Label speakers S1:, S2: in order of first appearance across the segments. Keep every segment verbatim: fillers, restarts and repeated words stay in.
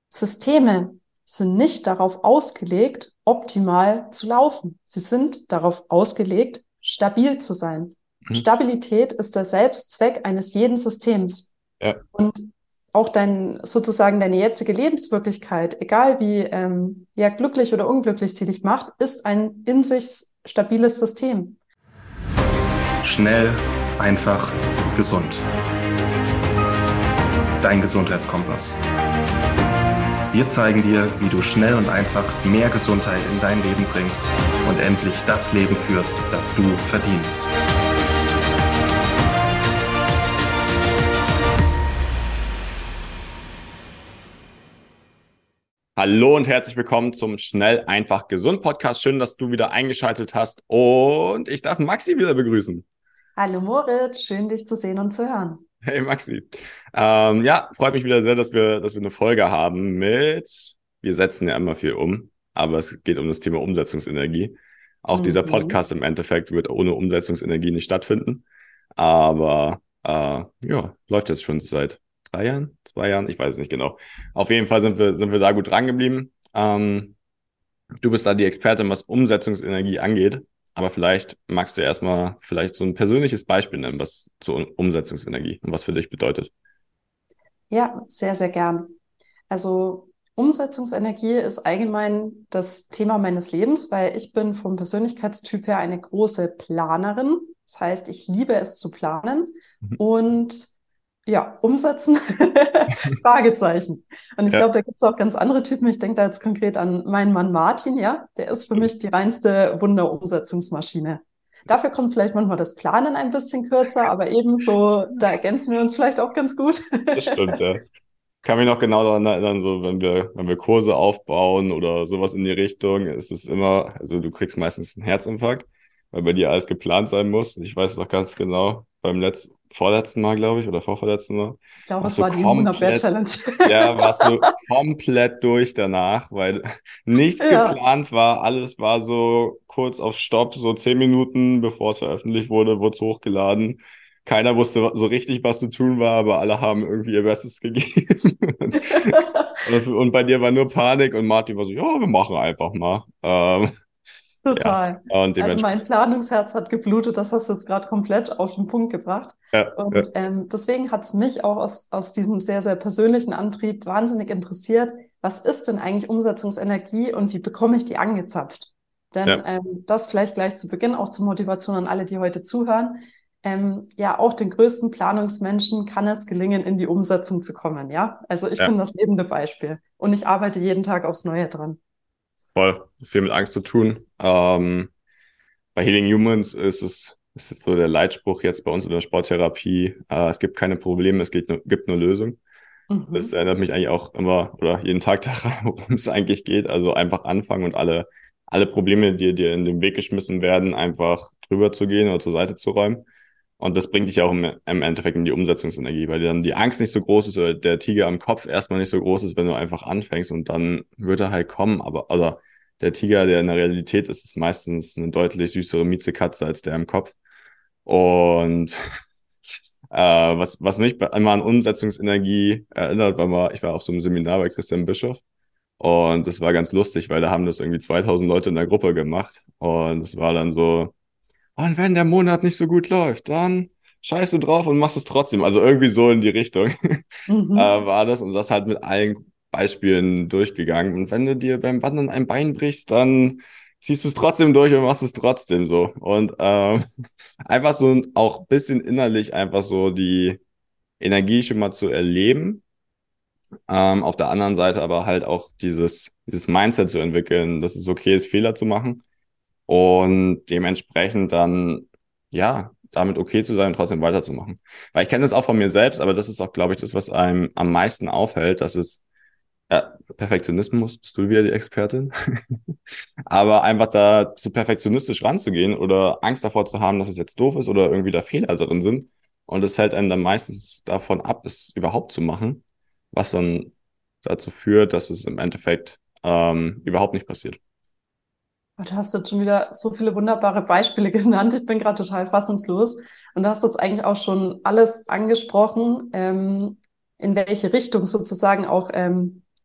S1: Systeme sind nicht darauf ausgelegt, optimal zu laufen. Sie sind darauf ausgelegt, stabil zu sein.
S2: Mhm.
S1: Stabilität ist der Selbstzweck eines jeden Systems.
S2: Ja,
S1: Und auch dein, sozusagen deine jetzige Lebenswirklichkeit, egal wie ähm, ja, glücklich oder unglücklich sie dich macht, ist ein in sich stabiles System.
S3: Schnell, einfach, gesund. Dein Gesundheitskompass. Wir zeigen dir, wie du schnell und einfach mehr Gesundheit in dein Leben bringst und endlich das Leben führst, das du verdienst.
S2: hallo und herzlich willkommen zum Schnell, einfach, gesund Podcast. Schön, dass du wieder eingeschaltet hast und ich darf Maxi wieder begrüßen.
S1: Hallo Moritz, schön dich zu sehen und zu hören.
S2: Hey Maxi. Ähm, ja, freut mich wieder sehr, dass wir, dass wir eine Folge haben mit, wir setzen ja immer viel um, aber es geht um das Thema Umsetzungsenergie. Auch dieser
S1: Mhm.
S2: Podcast im Endeffekt wird ohne Umsetzungsenergie nicht stattfinden. Aber äh, ja, läuft jetzt schon seit drei Jahren, zwei Jahren, ich weiß es nicht genau. Auf jeden Fall sind wir, sind wir da gut dran geblieben. Ähm, du bist da die Expertin, was Umsetzungsenergie angeht. Aber vielleicht magst du erstmal vielleicht so ein persönliches Beispiel nennen, was zur Umsetzungsenergie und was für dich bedeutet.
S1: Ja, sehr, sehr gern. Also Umsetzungsenergie ist allgemein das Thema meines Lebens, weil ich bin vom Persönlichkeitstyp her eine große Planerin. Das heißt, ich liebe es zu planen und ja, umsetzen, Fragezeichen. Und ich
S2: Ja,
S1: glaube, da gibt es auch ganz andere Typen. Ich denke da jetzt konkret an meinen Mann Martin, ja, der ist für
S2: stimmt.
S1: mich die reinste Wunderumsetzungsmaschine. Dafür kommt vielleicht manchmal das Planen ein bisschen kürzer, aber ebenso, da ergänzen wir uns vielleicht auch ganz gut.
S2: Das stimmt, ja. Kann mich noch genau daran erinnern, so wenn wir, wenn wir Kurse aufbauen oder sowas in die Richtung, ist es immer, also du kriegst meistens einen Herzinfarkt, weil bei dir alles geplant sein muss. Ich weiß es noch ganz genau, beim letzten, vorletzten Mal, glaube ich, oder vorvorletzten Mal,
S1: Ich glaube,
S2: warst
S1: es
S2: du
S1: war die
S2: komplett,
S1: hundert-Bär-Challenge.
S2: ja, warst du komplett durch danach, weil nichts
S1: Ja.
S2: geplant war, alles war so kurz auf Stopp, so zehn Minuten bevor es veröffentlicht wurde, wurde es hochgeladen. Keiner wusste so richtig, was zu tun war, aber alle haben irgendwie ihr Bestes gegeben. Und, und, und bei dir war nur Panik und Martin war so, ja, wir machen einfach mal. Ähm, ja,
S1: Total.
S2: und
S1: Also mein
S2: dementsprechend,
S1: Planungsherz hat geblutet, das hast du jetzt gerade komplett auf den Punkt gebracht.
S2: ja, ja,
S1: Und ähm, deswegen hat es mich auch aus, aus diesem sehr, sehr persönlichen Antrieb wahnsinnig interessiert, was ist denn eigentlich Umsetzungsenergie und wie bekomme ich die angezapft? Denn
S2: ja,
S1: ähm, das vielleicht gleich zu Beginn auch zur Motivation an alle, die heute zuhören. Ähm, ja, auch den größten Planungsmenschen kann es gelingen, in die Umsetzung zu kommen. Ja, also ich
S2: ja,
S1: bin das lebende Beispiel und ich arbeite jeden Tag aufs Neue dran.
S2: voll viel mit Angst zu tun. Ähm, Bei Healing Humans ist es, ist es so der Leitspruch jetzt bei uns in der Sporttherapie, äh, es gibt keine Probleme, es gibt nur, gibt nur Lösungen. Das
S1: Mhm.
S2: erinnert mich eigentlich auch immer oder jeden Tag daran, worum es eigentlich geht. Also einfach anfangen und alle, alle Probleme, die dir in den Weg geschmissen werden, einfach drüber zu gehen oder zur Seite zu räumen. Und das bringt dich auch im, im Endeffekt in die Umsetzungsenergie, weil dann die Angst nicht so groß ist oder der Tiger am Kopf erstmal nicht so groß ist, wenn du einfach anfängst und dann wird er halt kommen. Aber, oder der Tiger, der in der Realität ist, ist meistens eine deutlich süßere Miezekatze als der im Kopf. Und äh, was, was mich bei- immer an Umsetzungsenergie erinnert, war mal, ich war auf so einem Seminar bei Christian Bischoff und das war ganz lustig, weil da haben das irgendwie zweitausend Leute in der Gruppe gemacht und es war dann so, und wenn der Monat nicht so gut läuft, dann scheißt du drauf und machst es trotzdem. Also irgendwie so in die Richtung äh,
S1: Mhm.
S2: war das und das halt mit allen Beispielen durchgegangen. Und wenn du dir beim Wandern ein Bein brichst, dann ziehst du es trotzdem durch und machst es trotzdem so. Und ähm, einfach so ein- auch ein bisschen innerlich einfach so die Energie schon mal zu erleben. Ähm, auf der anderen Seite aber halt auch dieses, dieses Mindset zu entwickeln, dass es okay ist, Fehler zu machen und dementsprechend dann, ja, damit okay zu sein und trotzdem weiterzumachen. Weil ich kenne das auch von mir selbst, aber das ist auch, glaube ich, das, was einem am meisten auffällt, dass es äh, Perfektionismus, bist du wieder die Expertin, aber einfach da zu perfektionistisch ranzugehen oder Angst davor zu haben, dass es jetzt doof ist oder irgendwie da Fehler drin sind. Und es hält einem dann meistens davon ab, es überhaupt zu machen, was dann dazu führt, dass es im Endeffekt ähm, überhaupt nicht passiert.
S1: Oh, du hast jetzt schon wieder so viele wunderbare Beispiele genannt. Ich bin gerade total fassungslos. Und du hast jetzt eigentlich auch schon alles angesprochen, ähm, in welche Richtung sozusagen auch ähm,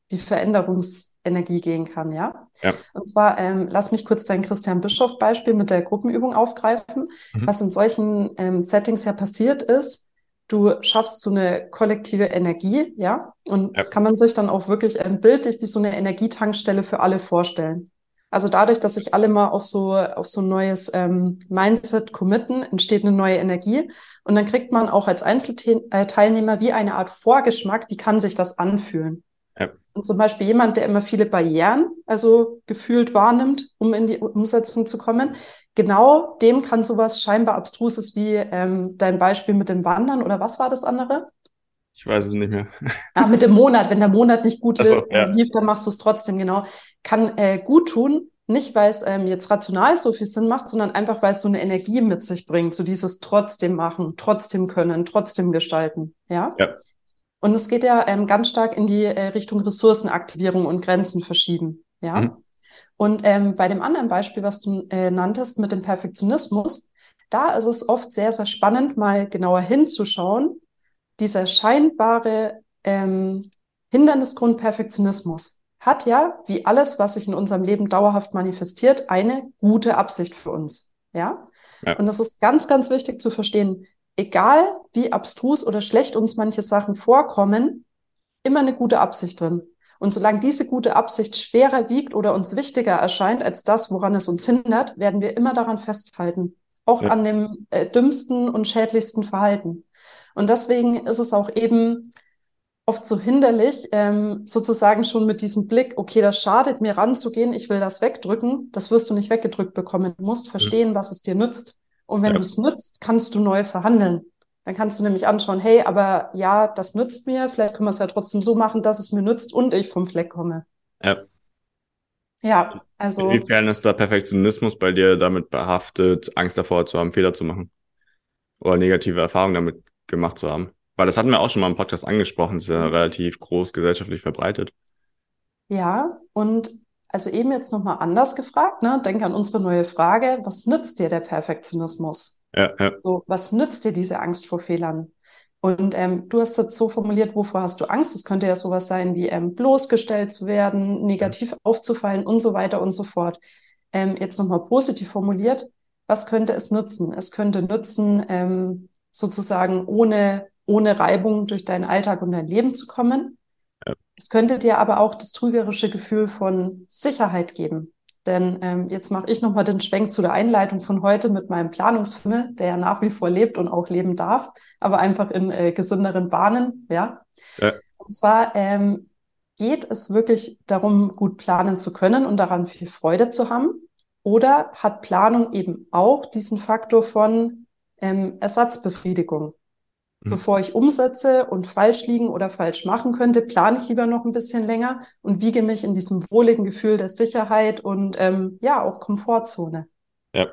S1: die Veränderungsenergie gehen kann, ja.
S2: Ja.
S1: Und zwar, ähm, lass mich kurz dein Christian Bischoff-Beispiel mit der Gruppenübung aufgreifen.
S2: Mhm.
S1: Was in solchen ähm, Settings ja passiert ist, du schaffst so eine kollektive Energie, ja. Und
S2: Ja.
S1: das kann man sich dann auch wirklich ähm, bildlich wie so eine Energietankstelle für alle vorstellen. Also dadurch, dass sich alle mal auf so, auf so ein neues ähm, Mindset committen, entsteht eine neue Energie. Und dann kriegt man auch als Einzelteilnehmer wie eine Art Vorgeschmack, wie kann sich das anfühlen.
S2: Ja.
S1: Und zum Beispiel jemand, der immer viele Barrieren, also gefühlt wahrnimmt, um in die Umsetzung zu kommen, genau dem kann sowas scheinbar Abstruses wie ähm, dein Beispiel mit dem Wandern oder was war das andere?
S2: Ich weiß es nicht mehr.
S1: Ah, mit dem Monat. Wenn der Monat nicht gut
S2: Ach so,
S1: li- äh,
S2: ja.
S1: lief, dann machst du es trotzdem, genau. Kann äh, gut tun, nicht weil es ähm, jetzt rational so viel Sinn macht, sondern einfach, weil es so eine Energie mit sich bringt, so dieses trotzdem machen, trotzdem können, trotzdem gestalten, ja.
S2: Ja.
S1: Und es geht ja ähm, ganz stark in die äh, Richtung Ressourcenaktivierung und Grenzen verschieben, ja.
S2: Mhm.
S1: Und ähm, bei dem anderen Beispiel, was du äh, nanntest mit dem Perfektionismus, da ist es oft sehr, sehr spannend, mal genauer hinzuschauen. Dieser scheinbare ähm, Hindernisgrund Perfektionismus hat ja, wie alles, was sich in unserem Leben dauerhaft manifestiert, eine gute Absicht für uns, ja.
S2: Ja.
S1: Und das ist ganz, ganz wichtig zu verstehen. Egal wie abstrus oder schlecht uns manche Sachen vorkommen, immer eine gute Absicht drin. Und solange diese gute Absicht schwerer wiegt oder uns wichtiger erscheint als das, woran es uns hindert, werden wir immer daran festhalten. Auch
S2: Ja.
S1: an dem äh, dümmsten und schädlichsten Verhalten. Und deswegen ist es auch eben oft so hinderlich, ähm, sozusagen schon mit diesem Blick, okay, das schadet mir ranzugehen, ich will das wegdrücken. Das wirst du nicht weggedrückt bekommen. Du musst
S2: Mhm.
S1: verstehen, was es dir nützt. Und wenn
S2: Ja.
S1: du es nützt, kannst du neu verhandeln. Dann kannst du nämlich anschauen, hey, aber ja, das nützt mir. Vielleicht können wir es ja trotzdem so machen, dass es mir nützt und ich vom Fleck komme.
S2: Ja.
S1: Ja, also
S2: Inwiefern ist da Perfektionismus bei dir damit behaftet, Angst davor zu haben, Fehler zu machen? Oder negative Erfahrungen damit gemacht zu haben? Weil das hatten wir auch schon mal im Podcast angesprochen, das ist ja relativ groß gesellschaftlich verbreitet.
S1: ja, und also eben jetzt nochmal anders gefragt, ne? Denk an unsere neue Frage, was nützt dir der Perfektionismus?
S2: Ja, ja.
S1: So, was nützt dir diese Angst vor Fehlern? Und ähm, du hast es jetzt so formuliert, wovor hast du Angst? Es könnte ja sowas sein wie ähm, bloßgestellt zu werden, negativ aufzufallen und so weiter und so fort. Ähm, jetzt nochmal positiv formuliert, was könnte es nützen? Es könnte nützen, ähm, sozusagen ohne, ohne Reibung durch deinen Alltag und dein Leben zu kommen.
S2: Ja.
S1: Es könnte dir aber auch das trügerische Gefühl von Sicherheit geben. Denn ähm, jetzt mache ich nochmal den Schwenk zu der Einleitung von heute mit meinem Planungsfimmel, der ja nach wie vor lebt und auch leben darf, aber einfach in äh, gesünderen Bahnen, ja.
S2: Ja.
S1: Und zwar ähm, geht es wirklich darum, gut planen zu können und daran viel Freude zu haben? Oder hat Planung eben auch diesen Faktor von ähm, Ersatzbefriedigung?
S2: Mhm.
S1: Bevor ich umsetze und falsch liegen oder falsch machen könnte, plane ich lieber noch ein bisschen länger und wiege mich in diesem wohligen Gefühl der Sicherheit und ähm, ja, auch Komfortzone.
S2: Ja.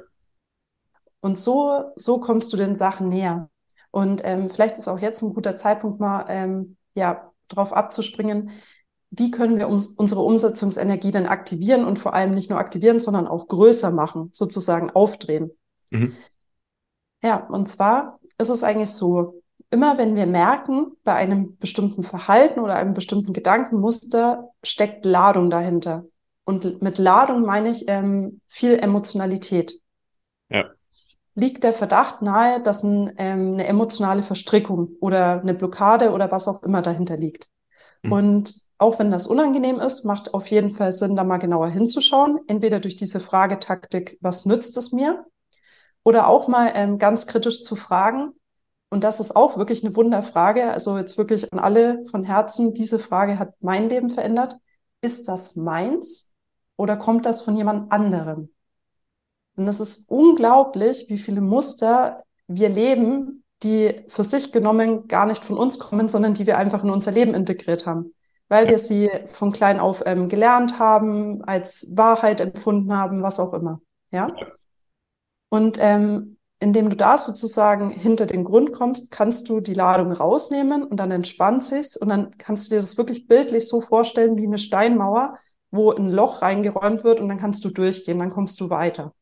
S1: Und so, so kommst du den Sachen näher. Und ähm, vielleicht ist auch jetzt ein guter Zeitpunkt, mal ähm, ja, drauf abzuspringen, wie können wir uns, unsere Umsetzungsenergie denn aktivieren und vor allem nicht nur aktivieren, sondern auch größer machen, sozusagen aufdrehen.
S2: Mhm.
S1: Ja, und zwar ist es eigentlich so, immer wenn wir merken, bei einem bestimmten Verhalten oder einem bestimmten Gedankenmuster steckt Ladung dahinter. Und mit Ladung meine ich ähm, viel Emotionalität.
S2: Ja.
S1: Liegt der Verdacht nahe, dass ein, ähm, eine emotionale Verstrickung oder eine Blockade oder was auch immer dahinter liegt.
S2: Mhm.
S1: Und auch wenn das unangenehm ist, macht auf jeden Fall Sinn, da mal genauer hinzuschauen. Entweder durch diese Fragetaktik, was nützt es mir? Oder auch mal ähm, ganz kritisch zu fragen. Und das ist auch wirklich eine Wunderfrage. Also jetzt wirklich an alle von Herzen, diese Frage hat mein Leben verändert. Ist das meins oder kommt das von jemand anderem? Und es ist unglaublich, wie viele Muster wir leben, die für sich genommen gar nicht von uns kommen, sondern die wir einfach in unser Leben integriert haben, weil
S2: Ja.
S1: wir sie von klein auf ähm, gelernt haben, als Wahrheit empfunden haben, was auch immer. Ja.
S2: Ja.
S1: Und ähm, indem du da sozusagen hinter den Grund kommst, kannst du die Ladung rausnehmen und dann entspannt sich's und dann kannst du dir das wirklich bildlich so vorstellen wie eine Steinmauer, wo ein Loch reingeräumt wird und dann kannst du durchgehen, dann kommst du weiter.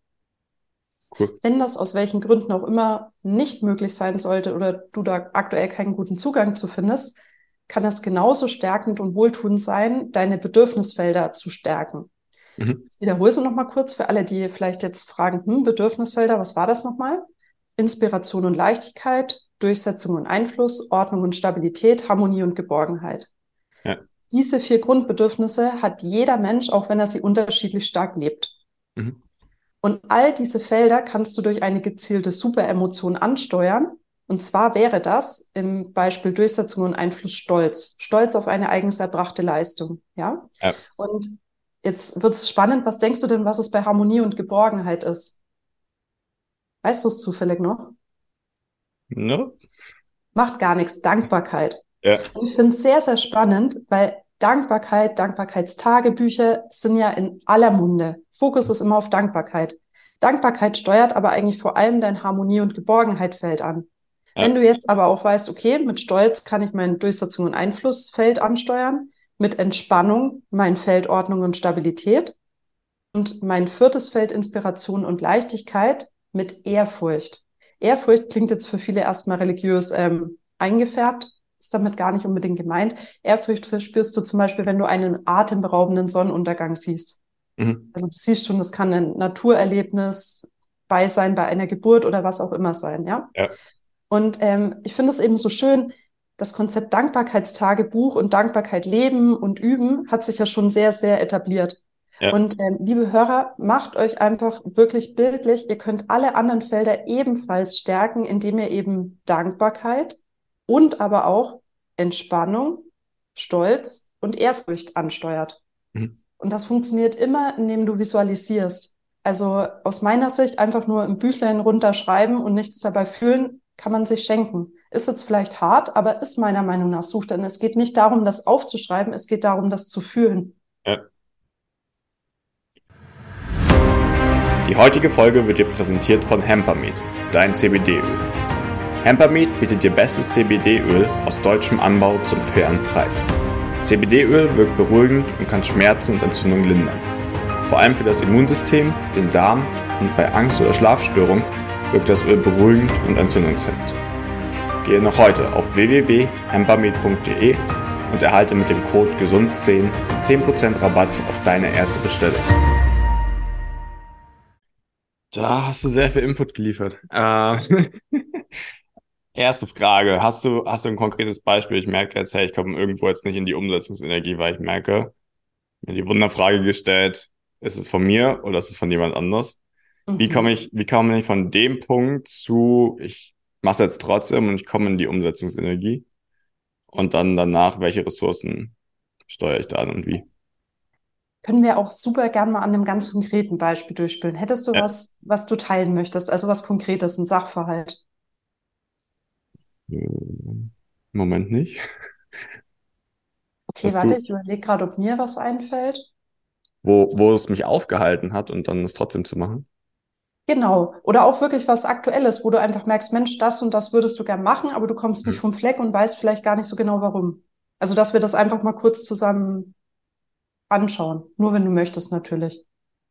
S2: Cool.
S1: Wenn das aus welchen Gründen auch immer nicht möglich sein sollte oder du da aktuell keinen guten Zugang zu findest, kann es genauso stärkend und wohltuend sein, deine Bedürfnisfelder zu stärken.
S2: Mhm.
S1: Ich wiederhole es nochmal kurz für alle, die vielleicht jetzt fragen, hm, Bedürfnisfelder, was war das nochmal? Inspiration und Leichtigkeit, Durchsetzung und Einfluss, Ordnung und Stabilität, Harmonie und Geborgenheit.
S2: Ja.
S1: Diese vier Grundbedürfnisse hat jeder Mensch, auch wenn er sie unterschiedlich stark lebt.
S2: Mhm.
S1: Und all diese Felder kannst du durch eine gezielte Superemotion ansteuern. Und zwar wäre das im Beispiel Durchsetzung und Einfluss Stolz. Stolz auf eine eigens erbrachte Leistung. Ja?
S2: Ja.
S1: Und jetzt wird es spannend. Was denkst du denn, was es bei Harmonie und Geborgenheit ist? Weißt du es zufällig noch?
S2: No?
S1: Macht gar nichts. Dankbarkeit.
S2: Ja.
S1: Und ich finde es sehr, sehr spannend, weil Dankbarkeit, Dankbarkeitstagebücher sind ja in aller Munde. Fokus ist immer auf Dankbarkeit. Dankbarkeit steuert aber eigentlich vor allem dein Harmonie- und Geborgenheitfeld an.
S2: Ja.
S1: Wenn du jetzt aber auch weißt, okay, mit Stolz kann ich mein Durchsetzung- und Einflussfeld ansteuern, mit Entspannung mein Feld Ordnung und Stabilität und mein viertes Feld Inspiration und Leichtigkeit mit Ehrfurcht. Ehrfurcht klingt jetzt für viele erstmal religiös ähm, eingefärbt, ist damit gar nicht unbedingt gemeint. Ehrfurcht verspürst du zum Beispiel, wenn du einen atemberaubenden Sonnenuntergang siehst.
S2: Mhm.
S1: Also du siehst schon, das kann ein Naturerlebnis bei sein, bei einer Geburt oder was auch immer sein, ja.
S2: Ja.
S1: Und ähm, ich finde es eben so schön, das Konzept Dankbarkeitstagebuch und Dankbarkeit leben und üben hat sich ja schon sehr, sehr etabliert.
S2: Ja.
S1: Und ähm, liebe Hörer, macht euch einfach wirklich bildlich. Ihr könnt alle anderen Felder ebenfalls stärken, indem ihr eben Dankbarkeit und aber auch Entspannung, Stolz und Ehrfurcht ansteuert.
S2: Mhm.
S1: Und das funktioniert immer, indem du visualisierst. Also aus meiner Sicht einfach nur im Büchlein runterschreiben und nichts dabei fühlen, kann man sich schenken. Ist jetzt vielleicht hart, aber ist meiner Meinung nach so, denn es geht nicht darum, das aufzuschreiben, es geht darum, das zu fühlen.
S2: Ja. Die heutige Folge wird dir präsentiert von Hempermed, dein C B D-Öl. Hempermed bietet dir bestes C B D-Öl aus deutschem Anbau zum fairen Preis. C B D-Öl wirkt beruhigend und kann Schmerzen und Entzündungen lindern. Vor allem für das Immunsystem, den Darm und bei Angst oder Schlafstörung wirkt das Öl beruhigend und entzündungshemmend. Gehe noch heute auf w w w punkt hempermed punkt d e und erhalte mit dem Code gesund zehn zehn Prozent Rabatt auf deine erste Bestellung. Da hast du sehr viel Input geliefert. Äh, erste Frage. Hast du, hast du ein konkretes Beispiel? Ich merke jetzt, hey, ich komme irgendwo jetzt nicht in die Umsetzungsenergie, weil ich merke, mir die Wunderfrage gestellt, ist es von mir oder ist es von jemand anders?
S1: Mhm.
S2: Wie komme ich, wie komme ich von dem Punkt zu, ich mache es jetzt trotzdem und ich komme in die Umsetzungsenergie? Und dann danach, welche Ressourcen steuere ich da an und wie?
S1: Können wir auch super gern mal an einem ganz konkreten Beispiel durchspielen. Hättest du
S2: Ja.
S1: was, was du teilen möchtest? Also was Konkretes, ein Sachverhalt?
S2: Im Moment nicht.
S1: Okay,
S2: Hast
S1: warte,
S2: du,
S1: ich überlege gerade, ob mir was einfällt.
S2: wo, wo es mich aufgehalten hat und dann es trotzdem zu machen?
S1: Genau. Oder auch wirklich was Aktuelles, wo du einfach merkst, Mensch, das und das würdest du gern machen, aber du kommst nicht
S2: Mhm.
S1: vom Fleck und weißt vielleicht gar nicht so genau, warum. Also, dass wir das einfach mal kurz zusammen anschauen. Nur wenn du möchtest, natürlich.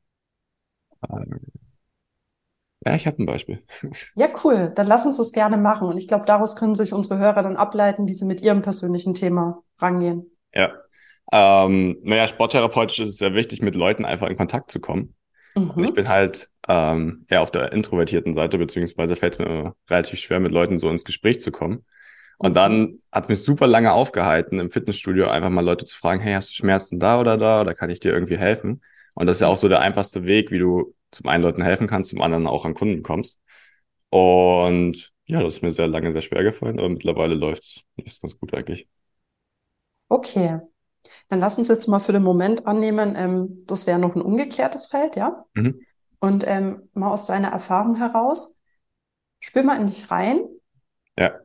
S2: Ja, ich habe ein Beispiel.
S1: Ja, cool. Dann lass uns das gerne machen. Und ich glaube, daraus können sich unsere Hörer dann ableiten, wie sie mit ihrem persönlichen Thema rangehen.
S2: Ja. Ähm, naja, sporttherapeutisch ist es sehr wichtig, mit Leuten einfach in Kontakt zu kommen. Und ich
S1: Mhm.
S2: bin halt ähm, eher auf der introvertierten Seite, beziehungsweise fällt es mir immer relativ schwer, mit Leuten so ins Gespräch zu kommen. Und
S1: Mhm.
S2: dann hat es mich super lange aufgehalten, im Fitnessstudio einfach mal Leute zu fragen, hey, hast du Schmerzen da oder da? Oder kann ich dir irgendwie helfen? Und das ist ja auch so der einfachste Weg, wie du zum einen Leuten helfen kannst, zum anderen auch an Kunden kommst. Und ja, das ist mir sehr lange sehr schwer gefallen, aber mittlerweile läuft's läuft's ganz gut eigentlich.
S1: Okay. Dann lass uns jetzt mal für den Moment annehmen, ähm, das wäre noch ein umgekehrtes Feld, ja?
S2: Mhm.
S1: Und ähm, mal aus deiner Erfahrung heraus, spür mal in dich rein.
S2: Ja.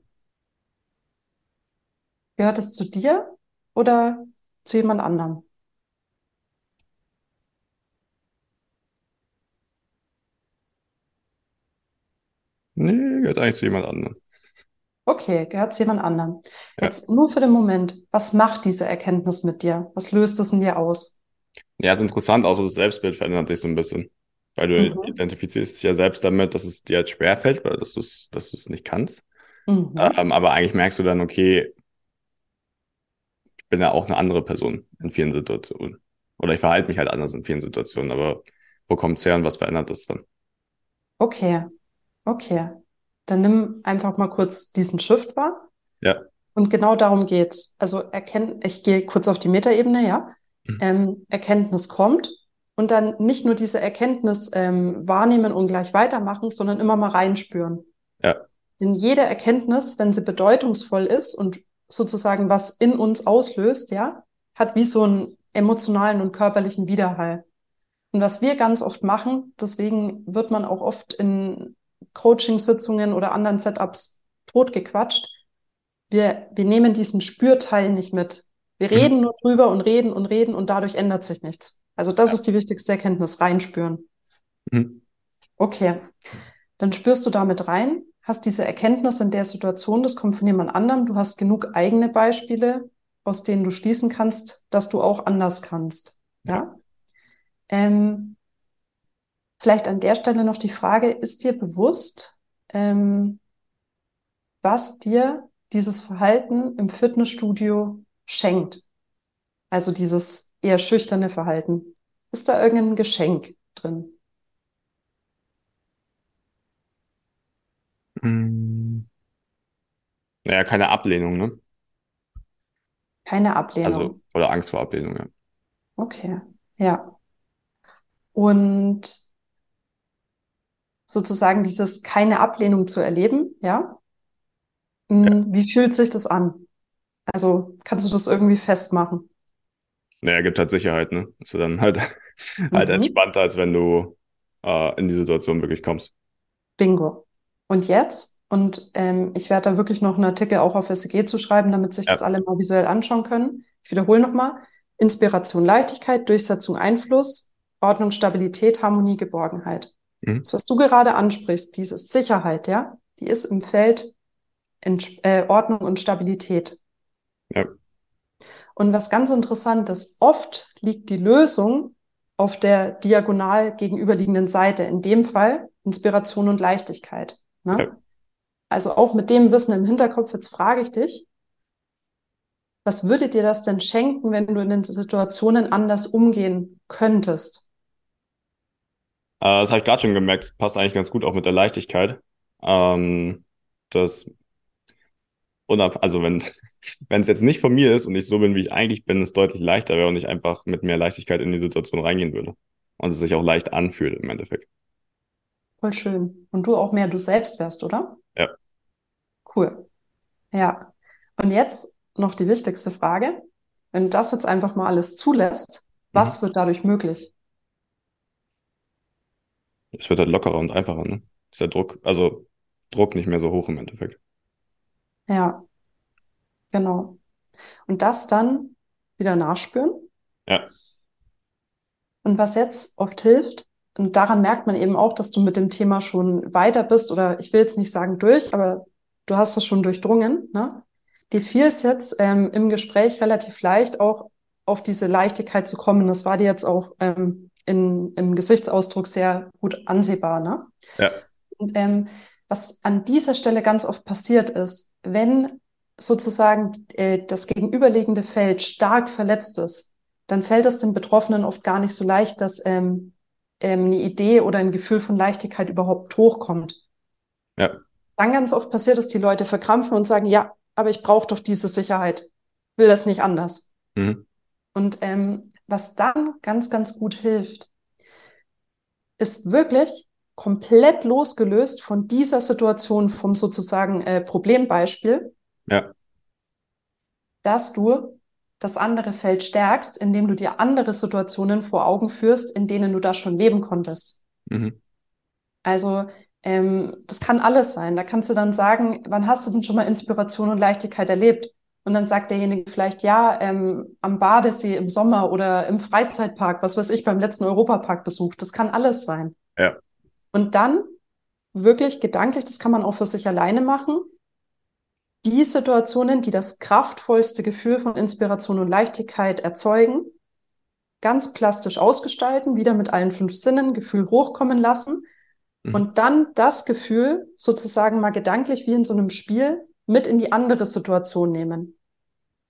S1: Gehört es zu dir oder zu jemand anderem?
S2: Nee, gehört eigentlich zu jemand anderem.
S1: Okay, gehört zu jemand anderem.
S2: Ja.
S1: Jetzt nur für den Moment, was macht diese Erkenntnis mit dir? Was löst es in dir aus?
S2: Ja, ist interessant, auch so das Selbstbild verändert sich so ein bisschen. Weil du
S1: Mhm.
S2: identifizierst dich ja selbst damit, dass es dir halt schwerfällt, weil dass du es, dass du es nicht kannst.
S1: Mhm.
S2: Ähm, aber eigentlich merkst du dann, okay, bin ja auch eine andere Person in vielen Situationen. Oder ich verhalte mich halt anders in vielen Situationen, aber wo kommt's her und was verändert das dann?
S1: Okay, okay. Dann nimm einfach mal kurz diesen Shift wahr.
S2: Ja.
S1: Und genau darum geht's. Also erkennen, ich gehe kurz auf die Metaebene, ja.
S2: Mhm.
S1: Ähm, Erkenntnis kommt und dann nicht nur diese Erkenntnis ähm, wahrnehmen und gleich weitermachen, sondern immer mal reinspüren.
S2: Ja.
S1: Denn jede Erkenntnis, wenn sie bedeutungsvoll ist und sozusagen was in uns auslöst, ja, hat wie so einen emotionalen und körperlichen Widerhall. Und was wir ganz oft machen, deswegen wird man auch oft in Coaching-Sitzungen oder anderen Setups totgequatscht. Wir, wir nehmen diesen Spürteil nicht mit. Wir
S2: Mhm.
S1: reden nur drüber und reden und reden und dadurch ändert sich nichts. Also das
S2: Ja.
S1: ist die wichtigste Erkenntnis, reinspüren.
S2: Mhm.
S1: Okay, dann spürst du damit rein, hast diese Erkenntnis in der Situation, das kommt von jemand anderem, du hast genug eigene Beispiele, aus denen du schließen kannst, dass du auch anders kannst.
S2: Ja.
S1: Ja? Ähm, vielleicht an der Stelle noch die Frage, ist dir bewusst, ähm, was dir dieses Verhalten im Fitnessstudio schenkt? Also dieses eher schüchterne Verhalten. Ist da irgendein Geschenk drin?
S2: Mhm. Naja, keine Ablehnung, ne?
S1: Keine
S2: Also,
S1: Ablehnung.
S2: oder Angst vor Ablehnung, ja.
S1: Okay, ja. Und sozusagen dieses keine Ablehnung zu erleben, ja?
S2: Ja.
S1: Hm, wie fühlt sich das an? Also kannst du das irgendwie festmachen?
S2: Naja, gibt halt Sicherheit, ne? Ist ja dann halt, halt
S1: Mhm.
S2: entspannter, als wenn du äh, in die Situation wirklich kommst.
S1: Bingo. Und jetzt? Und ähm, ich werde da wirklich noch einen Artikel auch auf S E G zu schreiben, damit sich das
S2: Ja.
S1: alle mal visuell anschauen können. Ich wiederhole nochmal. Inspiration, Leichtigkeit, Durchsetzung, Einfluss, Ordnung, Stabilität, Harmonie, Geborgenheit.
S2: Mhm.
S1: Das, was du gerade ansprichst, diese Sicherheit, ja, die ist im Feld Ents- äh, Ordnung und Stabilität.
S2: Ja.
S1: Und was ganz interessant ist, oft liegt die Lösung auf der diagonal gegenüberliegenden Seite, in dem Fall Inspiration und Leichtigkeit.
S2: Ja.
S1: Ne? Also auch mit dem Wissen im Hinterkopf, jetzt frage ich dich, was würde dir das denn schenken, wenn du in den Situationen anders umgehen könntest?
S2: Äh, das habe ich gerade schon gemerkt, passt eigentlich ganz gut auch mit der Leichtigkeit. Ähm, das unab also wenn wenn es jetzt nicht von mir ist und ich so bin, wie ich eigentlich bin, es deutlich leichter wäre und ich einfach mit mehr Leichtigkeit in die Situation reingehen würde. Und es sich auch leicht anfühlt im Endeffekt.
S1: Voll schön. Und du auch mehr du selbst wärst, oder?
S2: Ja.
S1: Cool. Ja. Und jetzt noch die wichtigste Frage. Wenn du das jetzt einfach mal alles zulässt,
S2: Mhm.
S1: was wird dadurch möglich?
S2: Es wird halt lockerer und einfacher, ne? Ist der Druck, also Druck nicht mehr so hoch im Endeffekt.
S1: Ja, genau. Und das dann wieder nachspüren.
S2: Ja.
S1: Und was jetzt oft hilft, und daran merkt man eben auch, dass du mit dem Thema schon weiter bist, oder ich will jetzt nicht sagen durch, aber du hast das schon durchdrungen, ne? Dir fiel es jetzt ähm, im Gespräch relativ leicht, auch auf diese Leichtigkeit zu kommen. Das war dir jetzt auch ähm, in, im Gesichtsausdruck sehr gut ansehbar, ne?
S2: Ja.
S1: Und ähm, was an dieser Stelle ganz oft passiert ist, wenn sozusagen äh, das gegenüberliegende Feld stark verletzt ist, dann fällt es den Betroffenen oft gar nicht so leicht, dass ähm, ähm, eine Idee oder ein Gefühl von Leichtigkeit überhaupt hochkommt.
S2: Ja.
S1: Dann ganz oft passiert, dass die Leute verkrampfen und sagen, ja, aber ich brauche doch diese Sicherheit, will das nicht anders.
S2: Mhm.
S1: Und ähm, was dann ganz, ganz gut hilft, ist wirklich komplett losgelöst von dieser Situation, vom sozusagen äh, Problembeispiel,
S2: Ja.
S1: dass du das andere Feld stärkst, indem du dir andere Situationen vor Augen führst, in denen du das schon leben konntest.
S2: Mhm.
S1: Also ähm, das kann alles sein. Da kannst du dann sagen, wann hast du denn schon mal Inspiration und Leichtigkeit erlebt? Und dann sagt derjenige vielleicht, ja, ähm, am Badesee im Sommer oder im Freizeitpark, was weiß ich, beim letzten Europapark-Besuch. Das kann alles sein.
S2: Ja.
S1: Und dann wirklich gedanklich, das kann man auch für sich alleine machen, die Situationen, die das kraftvollste Gefühl von Inspiration und Leichtigkeit erzeugen, ganz plastisch ausgestalten, wieder mit allen fünf Sinnen, Gefühl hochkommen lassen
S2: Mhm.
S1: und dann das Gefühl sozusagen mal gedanklich wie in so einem Spiel mit in die andere Situation nehmen.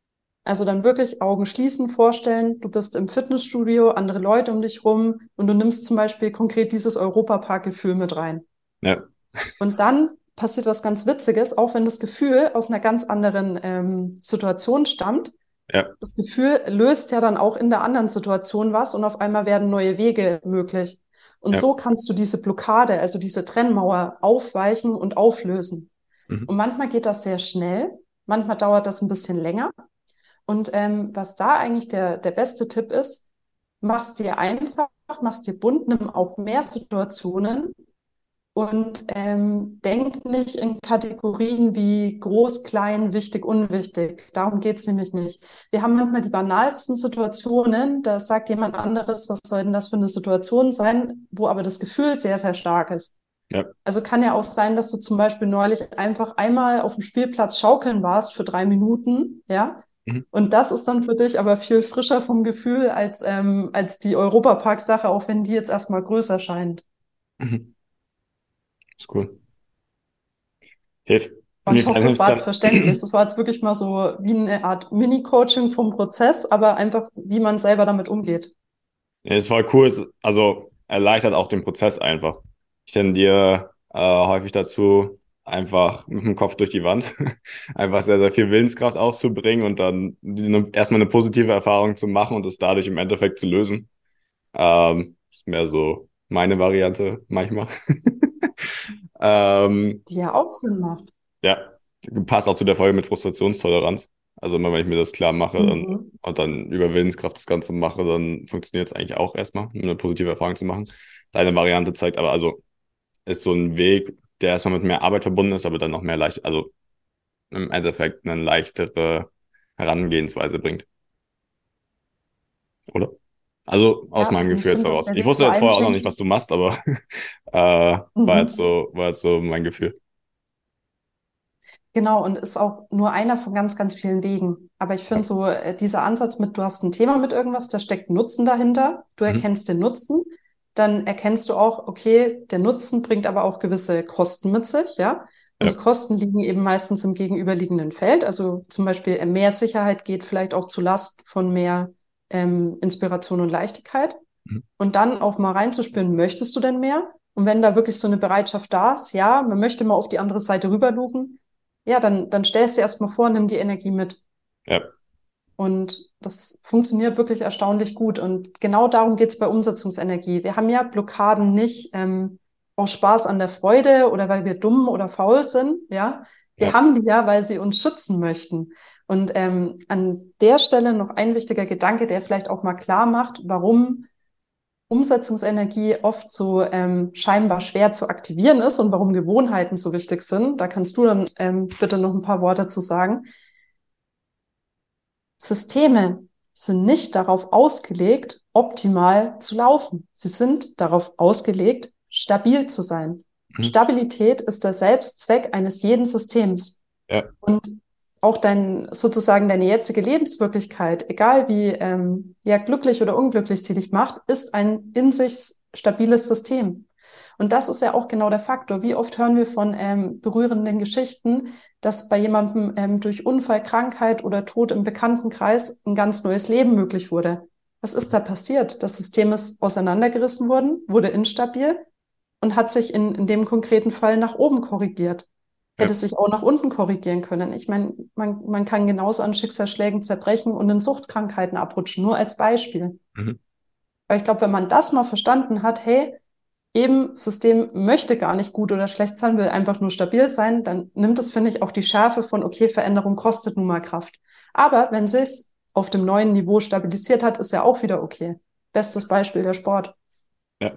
S1: Also dann wirklich Augen schließen, vorstellen, du bist im Fitnessstudio, andere Leute um dich rum und du nimmst zum Beispiel konkret dieses Europapark-Gefühl mit rein.
S2: Ja.
S1: Und dann passiert was ganz Witziges, auch wenn das Gefühl aus einer ganz anderen ähm, Situation stammt.
S2: Ja.
S1: Das Gefühl löst ja dann auch in der anderen Situation was und auf einmal werden neue Wege möglich. Und
S2: Ja.
S1: so kannst du diese Blockade, also diese Trennmauer aufweichen und auflösen.
S2: Mhm.
S1: Und manchmal geht das sehr schnell, manchmal dauert das ein bisschen länger. Und ähm, was da eigentlich der, der beste Tipp ist, mach's dir einfach, mach's dir bunt, nimm auch mehr Situationen und ähm, denk nicht in Kategorien wie groß, klein, wichtig, unwichtig. Darum geht's nämlich nicht. Wir haben manchmal die banalsten Situationen, da sagt jemand anderes, was soll denn das für eine Situation sein, wo aber das Gefühl sehr, sehr stark ist.
S2: Ja.
S1: Also kann ja auch sein, dass du zum Beispiel neulich einfach einmal auf dem Spielplatz schaukeln warst für drei Minuten, ja.
S2: Mhm.
S1: Und das ist dann für dich aber viel frischer vom Gefühl als, ähm, als die Europapark-Sache, auch wenn die jetzt erstmal größer scheint.
S2: Mhm. Ist cool. Hilf.
S1: Aber ich hoffe,
S2: Inwiefern
S1: das
S2: hilft's
S1: war jetzt
S2: dann?
S1: verständlich. Das war jetzt wirklich mal so wie eine Art Mini-Coaching vom Prozess, aber einfach, wie man selber damit umgeht.
S2: Ja, ist voll cool. Es- Also erleichtert auch den Prozess einfach. Ich tendiere äh, häufig dazu, einfach mit dem Kopf durch die Wand, einfach sehr, sehr viel Willenskraft aufzubringen und dann die- erstmal eine positive Erfahrung zu machen und es dadurch im Endeffekt zu lösen. Ähm, ist mehr so meine Variante manchmal. Ähm,
S1: Die ja auch Sinn macht.
S2: ja, passt auch zu der Folge mit Frustrationstoleranz. Also immer wenn ich mir das klar mache dann,
S1: Mhm.
S2: und dann über Willenskraft das Ganze mache, dann funktioniert es eigentlich auch erstmal, um eine positive Erfahrung zu machen. Deine Variante zeigt aber, also ist so ein Weg, der erstmal mit mehr Arbeit verbunden ist, aber dann noch mehr leicht, also im Endeffekt eine leichtere Herangehensweise bringt, oder? Also aus
S1: Ja,
S2: meinem
S1: und ich
S2: Gefühl jetzt
S1: finde, dass
S2: heraus.
S1: der
S2: Ich
S1: Weg
S2: wusste
S1: vor
S2: jetzt
S1: allem
S2: vorher auch noch nicht,
S1: schenkt.
S2: was du machst, aber äh, war jetzt
S1: Mhm.
S2: so, war jetzt so mein Gefühl.
S1: Genau, und ist auch nur einer von ganz, ganz vielen Wegen. Aber ich
S2: Ja.
S1: finde so, äh, dieser Ansatz mit, du hast ein Thema mit irgendwas, da steckt ein Nutzen dahinter, du
S2: Mhm.
S1: erkennst den Nutzen, dann erkennst du auch, okay, der Nutzen bringt aber auch gewisse Kosten mit sich, ja. Und die
S2: Ja.
S1: Kosten liegen eben meistens im gegenüberliegenden Feld. Also zum Beispiel äh, mehr Sicherheit geht vielleicht auch zu Last von mehr ähm, Inspiration und Leichtigkeit.
S2: Mhm.
S1: Und dann auch mal reinzuspüren, möchtest du denn mehr? Und wenn da wirklich so eine Bereitschaft da ist, ja, man möchte mal auf die andere Seite rüberlugen, ja, dann, dann stellst du dir erstmal vor, nimm die Energie mit.
S2: Ja.
S1: Und das funktioniert wirklich erstaunlich gut. Und genau darum geht's bei Umsetzungsenergie. Wir haben ja Blockaden nicht ähm, aus Spaß an der Freude oder weil wir dumm oder faul sind. Ja, wir
S2: Ja.
S1: haben die ja, weil sie uns schützen möchten. Und ähm, an der Stelle noch ein wichtiger Gedanke, der vielleicht auch mal klar macht, warum Umsetzungsenergie oft so ähm, scheinbar schwer zu aktivieren ist und warum Gewohnheiten so wichtig sind. Da kannst du dann ähm, bitte noch ein paar Worte zu sagen. Systeme sind nicht darauf ausgelegt, optimal zu laufen. Sie sind darauf ausgelegt, stabil zu sein.
S2: Mhm.
S1: Stabilität ist der Selbstzweck eines jeden Systems.
S2: Ja.
S1: Und auch dein, sozusagen deine jetzige Lebenswirklichkeit, egal wie ähm, ja, glücklich oder unglücklich sie dich macht, ist ein in sich stabiles System. Und das ist ja auch genau der Faktor. Wie oft hören wir von ähm, berührenden Geschichten, dass bei jemandem ähm, durch Unfall, Krankheit oder Tod im Bekanntenkreis ein ganz neues Leben möglich wurde. Was ist da passiert? Das System ist auseinandergerissen worden, wurde instabil und hat sich in, in dem konkreten Fall nach oben korrigiert.
S2: Ja.
S1: Hätte sich auch nach unten korrigieren können. Ich meine, man, man kann genauso an Schicksalsschlägen zerbrechen und in Suchtkrankheiten abrutschen, nur als Beispiel.
S2: Mhm.
S1: Aber ich glaube, wenn man das mal verstanden hat, hey, eben System möchte gar nicht gut oder schlecht sein, will einfach nur stabil sein, dann nimmt es, finde ich, auch die Schärfe von, okay, Veränderung kostet nun mal Kraft. Aber wenn sich's auf dem neuen Niveau stabilisiert hat, ist ja auch wieder okay. Bestes Beispiel der Sport.
S2: Ja.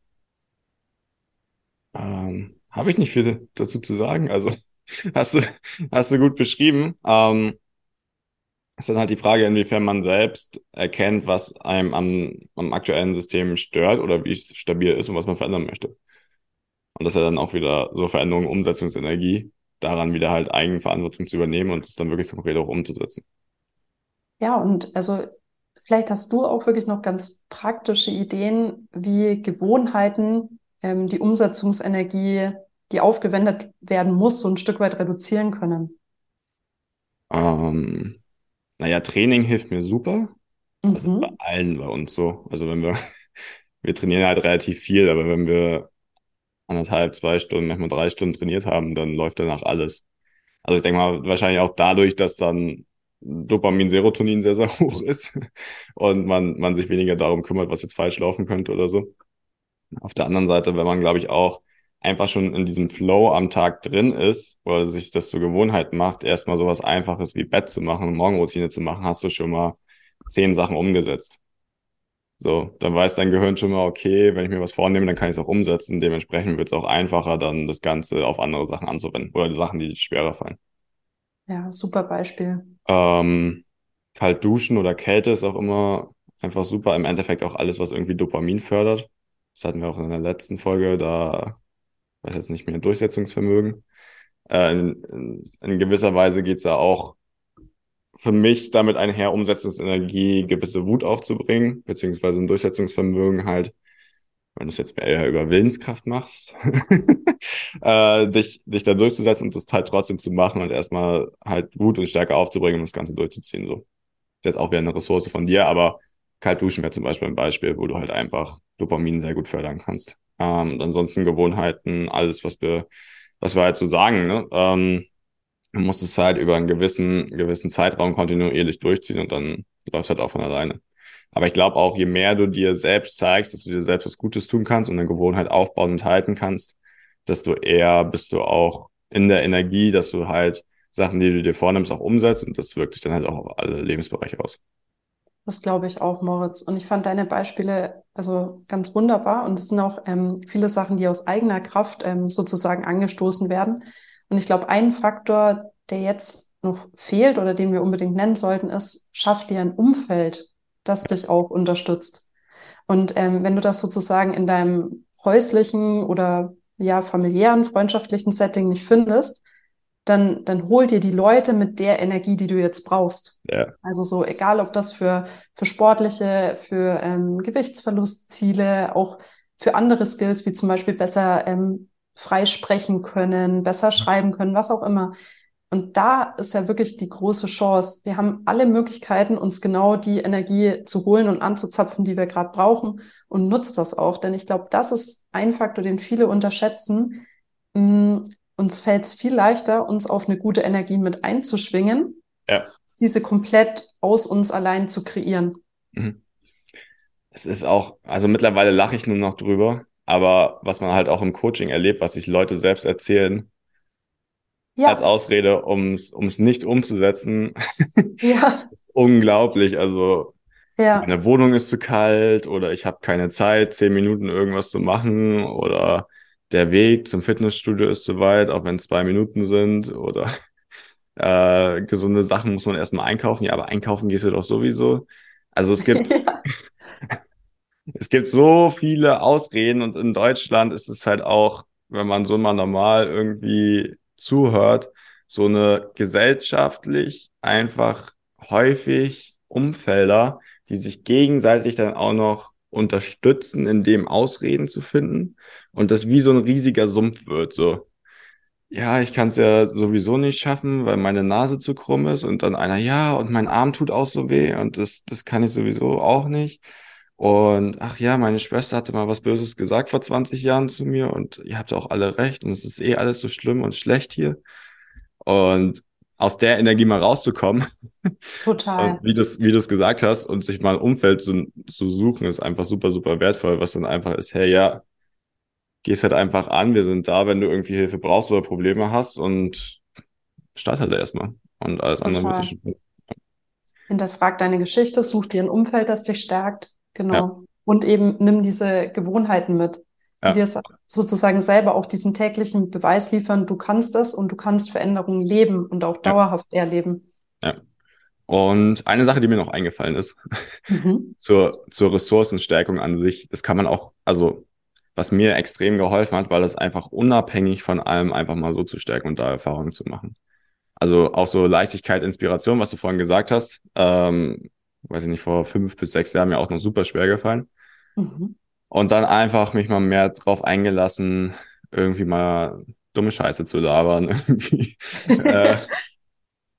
S2: Ähm, habe ich nicht viel dazu zu sagen. Also hast du, hast du gut beschrieben. Ähm, ist dann halt die Frage, inwiefern man selbst erkennt, was einem am, am aktuellen System stört oder wie es stabil ist und was man verändern möchte. Und das ist ja dann auch wieder so Veränderung, Umsetzungsenergie, daran wieder halt Eigenverantwortung zu übernehmen und es dann wirklich konkret auch umzusetzen.
S1: Ja, und also vielleicht hast du auch wirklich noch ganz praktische Ideen, wie Gewohnheiten ähm, die Umsetzungsenergie, die aufgewendet werden muss, so ein Stück weit reduzieren können.
S2: Ähm, naja, Training hilft mir super. Das ist bei
S1: Mhm.
S2: allen bei uns so. Also wenn wir, wir trainieren halt relativ viel, aber wenn wir anderthalb, zwei Stunden, manchmal drei Stunden trainiert haben, dann läuft danach alles. Also ich denke mal, wahrscheinlich auch dadurch, dass dann Dopamin, Serotonin sehr, sehr hoch ist und man, man sich weniger darum kümmert, was jetzt falsch laufen könnte oder so. Auf der anderen Seite, wenn man, glaube ich, auch einfach schon in diesem Flow am Tag drin ist oder sich das zur Gewohnheit macht, erstmal sowas Einfaches wie Bett zu machen und Morgenroutine zu machen, hast du schon mal zehn Sachen umgesetzt. So, dann weiß dein Gehirn schon mal, okay, wenn ich mir was vornehme, dann kann ich es auch umsetzen. Dementsprechend wird es auch einfacher, dann das Ganze auf andere Sachen anzuwenden oder die Sachen, die schwerer fallen.
S1: Ja, super Beispiel.
S2: Ähm, Kalt duschen oder Kälte ist auch immer einfach super. Im Endeffekt auch alles, was irgendwie Dopamin fördert. Das hatten wir auch in der letzten Folge, da weiß jetzt nicht mehr, Durchsetzungsvermögen. Äh, in, in, in gewisser Weise geht es da auch für mich damit einher, Umsetzungsenergie, gewisse Wut aufzubringen, beziehungsweise ein Durchsetzungsvermögen halt, wenn du es jetzt eher über Willenskraft machst, äh, dich, dich da durchzusetzen und das halt trotzdem zu machen und erstmal halt Wut und Stärke aufzubringen, um das Ganze durchzuziehen. So. Das ist jetzt auch wieder eine Ressource von dir, aber kalt duschen wäre zum Beispiel ein Beispiel, wo du halt einfach Dopamin sehr gut fördern kannst. Ähm, und ansonsten Gewohnheiten, alles, was wir, was wir halt so sagen, ne? Ähm, du musst es halt über einen gewissen, gewissen Zeitraum kontinuierlich durchziehen und dann läuft es halt auch von alleine. Aber ich glaube auch, je mehr du dir selbst zeigst, dass du dir selbst was Gutes tun kannst und eine Gewohnheit aufbauen und halten kannst, desto eher bist du auch in der Energie, dass du halt Sachen, die du dir vornimmst, auch umsetzt und das wirkt sich dann halt auch auf alle Lebensbereiche aus.
S1: Das glaube ich auch, Moritz. Und ich fand deine Beispiele also ganz wunderbar. Und es sind auch ähm, viele Sachen, die aus eigener Kraft ähm, sozusagen angestoßen werden. Und ich glaube, ein Faktor, der jetzt noch fehlt oder den wir unbedingt nennen sollten, ist, schaff dir ein Umfeld, das dich auch unterstützt. Und ähm, wenn du das sozusagen in deinem häuslichen oder ja familiären, freundschaftlichen Setting nicht findest, dann, dann hol dir die Leute mit der Energie, die du jetzt brauchst.
S2: Ja,
S1: Also so, egal ob das für, für sportliche, für ähm, Gewichtsverlustziele, auch für andere Skills, wie zum Beispiel besser ähm, frei sprechen können, besser schreiben können, was auch immer. Und da ist ja wirklich die große Chance. Wir haben alle Möglichkeiten, uns genau die Energie zu holen und anzuzapfen, die wir gerade brauchen, und nutzt das auch. Denn ich glaube, das ist ein Faktor, den viele unterschätzen. Mm, Uns fällt es viel leichter, uns auf eine gute Energie mit einzuschwingen,
S2: ja.
S1: diese komplett aus uns allein zu kreieren.
S2: Mhm. Es ist auch, also mittlerweile lache ich nur noch drüber, aber was man halt auch im Coaching erlebt, was sich Leute selbst erzählen, als
S1: Ja,
S2: Ausrede, um es nicht umzusetzen,
S1: ja,
S2: unglaublich. Also
S1: ja,
S2: meine Wohnung ist zu kalt oder ich habe keine Zeit, zehn Minuten irgendwas zu machen oder der Weg zum Fitnessstudio ist zu weit, auch wenn es zwei Minuten sind oder äh, gesunde Sachen muss man erstmal einkaufen. Ja, aber einkaufen gehst du doch sowieso. Also es gibt,
S1: ja,
S2: es gibt so viele Ausreden und in Deutschland ist es halt auch, wenn man so mal normal irgendwie zuhört, so eine gesellschaftlich einfach häufig Umfelder, die sich gegenseitig dann auch noch unterstützen, in dem Ausreden zu finden und das wie so ein riesiger Sumpf wird, so. Ja, ich kann es ja sowieso nicht schaffen, weil meine Nase zu krumm ist und dann einer, ja, und mein Arm tut auch so weh und das, das kann ich sowieso auch nicht. Und ach ja, meine Schwester hatte mal was Böses gesagt vor zwanzig Jahren zu mir und ihr habt auch alle recht und es ist eh alles so schlimm und schlecht hier. Und aus der Energie mal rauszukommen und
S1: total.
S2: wie du es wie du es gesagt hast und sich mal ein Umfeld zu, zu suchen, ist einfach super, super wertvoll, was dann einfach ist, hey, ja, gehst halt einfach an, wir sind da, wenn du irgendwie Hilfe brauchst oder Probleme hast und start halt erstmal. Und alles andere wird sich
S1: Total.
S2: schon.
S1: Hinterfrag deine Geschichte, such dir ein Umfeld, das dich stärkt.
S2: Ja,
S1: Genau. Und eben nimm diese Gewohnheiten mit, die dir
S2: ja,
S1: sozusagen selber auch diesen täglichen Beweis liefern, du kannst es und du kannst Veränderungen leben und auch
S2: ja,
S1: dauerhaft erleben.
S2: ja. Und eine Sache, die mir noch eingefallen ist,
S1: Mhm.
S2: zur, zur Ressourcenstärkung an sich, das kann man auch, also was mir extrem geholfen hat, weil es einfach unabhängig von allem einfach mal so zu stärken und da Erfahrungen zu machen. Also auch so Leichtigkeit, Inspiration, was du vorhin gesagt hast, ähm, weiß ich nicht, vor fünf bis sechs Jahren mir auch noch super schwer gefallen.
S1: Mhm.
S2: Und dann einfach mich mal mehr drauf eingelassen, irgendwie mal dumme Scheiße zu labern, irgendwie. Äh,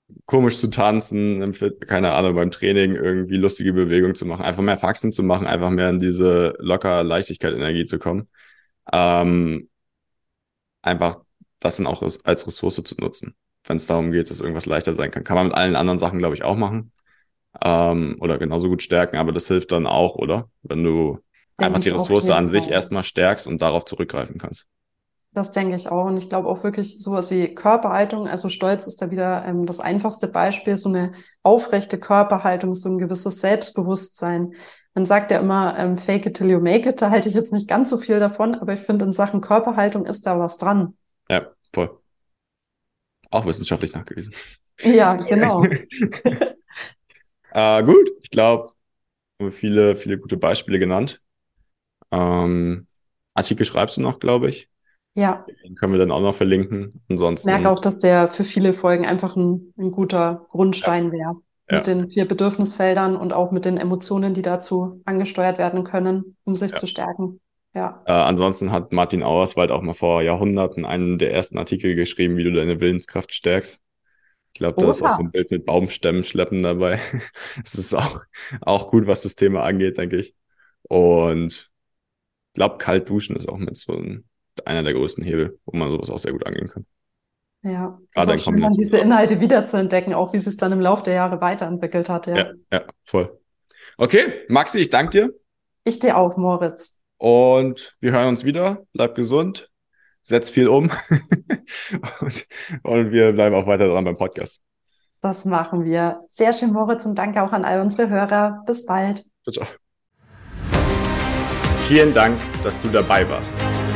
S2: komisch zu tanzen, im Fit, keine Ahnung, beim Training irgendwie lustige Bewegungen zu machen, einfach mehr Faxen zu machen, einfach mehr in diese locker Leichtigkeit, Energie zu kommen. Ähm, einfach das dann auch als als Ressource zu nutzen, wenn es darum geht, dass irgendwas leichter sein kann. Kann man mit allen anderen Sachen, glaube ich, auch machen. Ähm, oder genauso gut stärken, aber das hilft dann auch, oder? Wenn du
S1: Denke
S2: einfach die
S1: ich auf
S2: Ressource an
S1: jeden
S2: sich
S1: Fall.
S2: erstmal stärkst und darauf zurückgreifen kannst.
S1: Das denke ich auch. Und ich glaube auch wirklich sowas wie Körperhaltung. Also Stolz ist da wieder ähm, das einfachste Beispiel. So eine aufrechte Körperhaltung, so ein gewisses Selbstbewusstsein. Man sagt ja immer, ähm, fake it till you make it. Da halte ich jetzt nicht ganz so viel davon. Aber ich finde, in Sachen Körperhaltung ist da was dran.
S2: Ja, voll. Auch wissenschaftlich nachgewiesen.
S1: Ja, genau.
S2: Äh, gut, ich glaube, haben wir viele, viele gute Beispiele genannt. Ähm, Artikel schreibst du noch, glaube ich.
S1: Ja,
S2: Den können wir dann auch noch verlinken.
S1: ich merke
S2: Ansonsten,
S1: auch, dass der für viele Folgen einfach ein, ein guter
S2: ja,
S1: Grundstein wäre. Mit
S2: ja,
S1: den vier Bedürfnisfeldern und auch mit den Emotionen, die dazu angesteuert werden können, um sich
S2: ja.
S1: zu stärken. Ja.
S2: Äh, ansonsten hat Martin Auerswald auch mal vor Jahrhunderten einen der ersten Artikel geschrieben, wie du deine Willenskraft stärkst. Ich glaube, da ist auch so ein
S1: Oha.
S2: Bild mit Baumstämmen schleppen dabei. Das ist auch, auch gut, was das Thema angeht, denke ich. Und ich glaube, kalt duschen ist auch mit so ein, einer der größten Hebel, wo man sowas auch sehr gut angehen kann.
S1: Ja, ist
S2: Gerade
S1: auch
S2: in
S1: schön, dann
S2: Kombination.
S1: diese Inhalte wiederzuentdecken, auch wie sie es dann im Laufe der Jahre weiterentwickelt hat, ja.
S2: Ja, ja, voll. Okay, Maxi, ich danke dir
S1: Ich dir auch, Moritz.
S2: und wir hören uns wieder. Bleib gesund, setz viel um und, und wir bleiben auch weiter dran beim Podcast.
S1: Das machen wir. Sehr schön, Moritz, und danke auch an all unsere Hörer. Bis bald.
S2: Ciao, ciao. Vielen Dank, dass du dabei warst.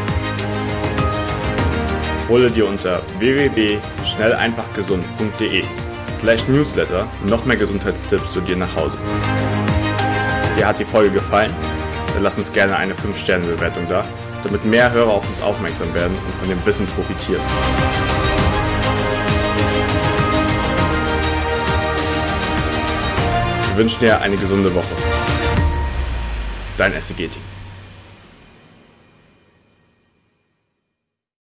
S2: Hole dir unter w w w punkt schnell einfach gesund punkt de slash newsletter noch mehr Gesundheitstipps zu dir nach Hause. Dir hat die Folge gefallen? Dann lass uns gerne eine fünf Sterne Bewertung da, damit mehr Hörer auf uns aufmerksam werden und von dem Wissen profitieren. Wir wünschen dir eine gesunde Woche. Dein S C G-Team.